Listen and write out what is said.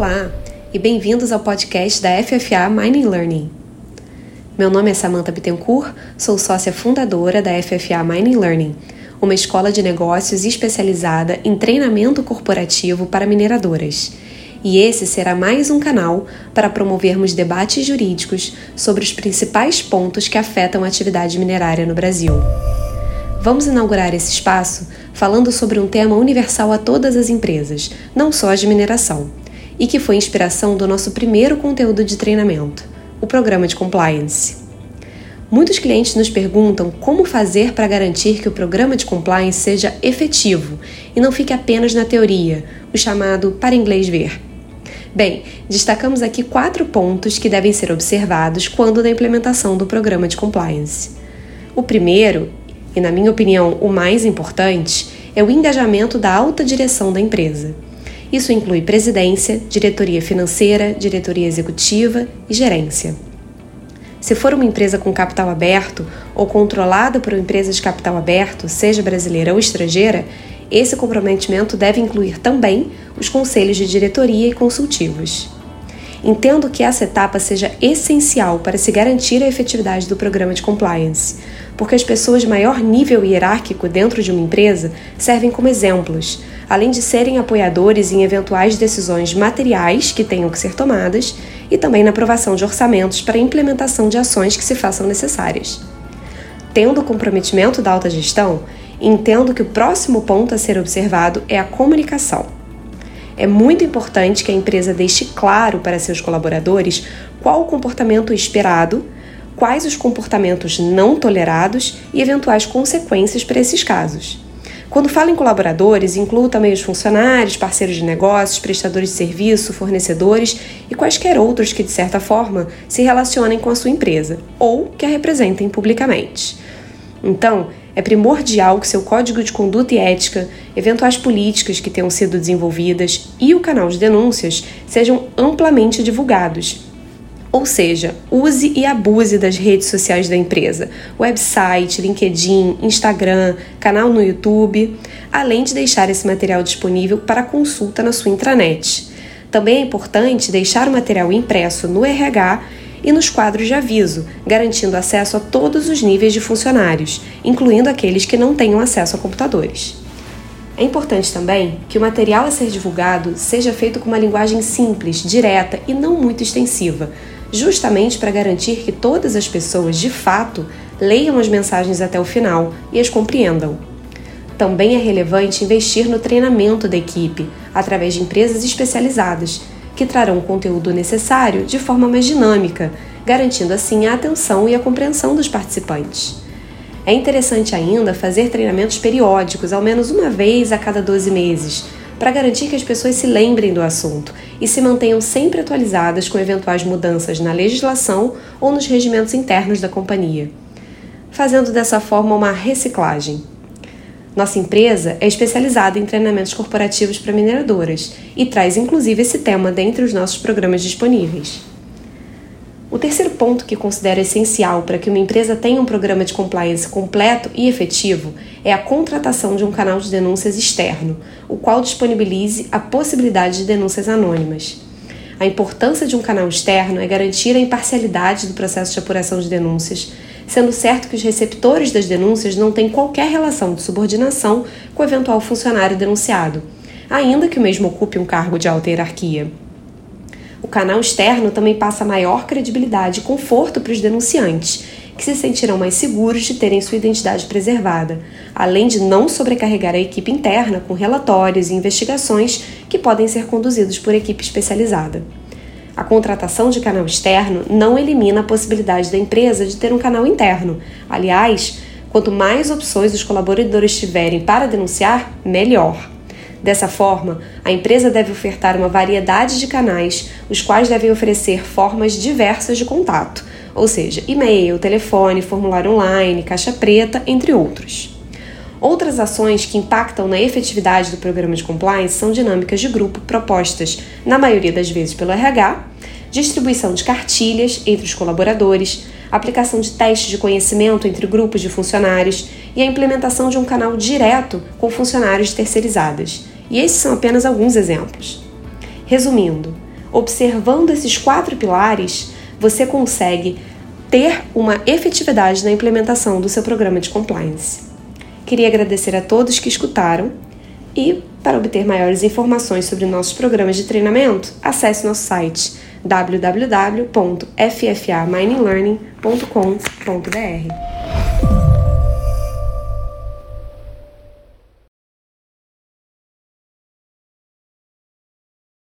Olá e bem-vindos ao podcast da FFA Mining Learning. Meu nome é Samantha Bittencourt, sou sócia fundadora da FFA Mining Learning, uma escola de negócios especializada em treinamento corporativo para mineradoras. E esse será mais um canal para promovermos debates jurídicos sobre os principais pontos que afetam a atividade minerária no Brasil. Vamos inaugurar esse espaço falando sobre um tema universal a todas as empresas, não só as de mineração, e que foi inspiração do nosso primeiro conteúdo de treinamento, o programa de compliance. Muitos clientes nos perguntam como fazer para garantir que o programa de compliance seja efetivo e não fique apenas na teoria, o chamado para inglês ver. Bem, destacamos aqui 4 pontos que devem ser observados quando da implementação do programa de compliance. O primeiro, e na minha opinião o mais importante, é o engajamento da alta direção da empresa. Isso inclui presidência, diretoria financeira, diretoria executiva e gerência. Se for uma empresa com capital aberto ou controlada por uma empresa de capital aberto, seja brasileira ou estrangeira, esse comprometimento deve incluir também os conselhos de diretoria e consultivos. Entendo que essa etapa seja essencial para se garantir a efetividade do programa de compliance, porque as pessoas de maior nível hierárquico dentro de uma empresa servem como exemplos, além de serem apoiadores em eventuais decisões materiais que tenham que ser tomadas e também na aprovação de orçamentos para a implementação de ações que se façam necessárias. Tendo o comprometimento da alta gestão, entendo que o próximo ponto a ser observado é a comunicação. É muito importante que a empresa deixe claro para seus colaboradores qual o comportamento esperado, quais os comportamentos não tolerados e eventuais consequências para esses casos. Quando falo em colaboradores, incluo também os funcionários, parceiros de negócios, prestadores de serviço, fornecedores e quaisquer outros que, de certa forma, se relacionem com a sua empresa ou que a representem publicamente. Então, é primordial que seu código de conduta e ética, eventuais políticas que tenham sido desenvolvidas e o canal de denúncias sejam amplamente divulgados. Ou seja, use e abuse das redes sociais da empresa, website, LinkedIn, Instagram, canal no YouTube, além de deixar esse material disponível para consulta na sua intranet. Também é importante deixar o material impresso no RH e nos quadros de aviso, garantindo acesso a todos os níveis de funcionários, incluindo aqueles que não tenham acesso a computadores. É importante também que o material a ser divulgado seja feito com uma linguagem simples, direta e não muito extensiva, justamente para garantir que todas as pessoas, de fato, leiam as mensagens até o final e as compreendam. Também é relevante investir no treinamento da equipe, através de empresas especializadas, que trarão o conteúdo necessário de forma mais dinâmica, garantindo assim a atenção e a compreensão dos participantes. É interessante ainda fazer treinamentos periódicos, ao menos uma vez a cada 12 meses, para garantir que as pessoas se lembrem do assunto e se mantenham sempre atualizadas com eventuais mudanças na legislação ou nos regimentos internos da companhia, fazendo dessa forma uma reciclagem. Nossa empresa é especializada em treinamentos corporativos para mineradoras e traz inclusive esse tema dentre os nossos programas disponíveis. O terceiro ponto que considero essencial para que uma empresa tenha um programa de compliance completo e efetivo é a contratação de um canal de denúncias externo, o qual disponibilize a possibilidade de denúncias anônimas. A importância de um canal externo é garantir a imparcialidade do processo de apuração de denúncias, sendo certo que os receptores das denúncias não têm qualquer relação de subordinação com o eventual funcionário denunciado, ainda que o mesmo ocupe um cargo de alta hierarquia. O canal externo também passa maior credibilidade e conforto para os denunciantes, que se sentirão mais seguros de terem sua identidade preservada, além de não sobrecarregar a equipe interna com relatórios e investigações que podem ser conduzidos por equipe especializada. A contratação de canal externo não elimina a possibilidade da empresa de ter um canal interno. Aliás, quanto mais opções os colaboradores tiverem para denunciar, melhor. Dessa forma, a empresa deve ofertar uma variedade de canais, os quais devem oferecer formas diversas de contato, ou seja, e-mail, telefone, formulário online, caixa preta, entre outros. Outras ações que impactam na efetividade do programa de compliance são dinâmicas de grupo propostas, na maioria das vezes pelo RH, distribuição de cartilhas entre os colaboradores, aplicação de testes de conhecimento entre grupos de funcionários e a implementação de um canal direto com funcionários terceirizadas. E esses são apenas alguns exemplos. Resumindo, Observando esses 4 pilares, você consegue ter uma efetividade na implementação do seu programa de compliance. Queria agradecer a todos que escutaram e, para obter maiores informações sobre nossos programas de treinamento, acesse nosso site www.ffamining.learning.com.br.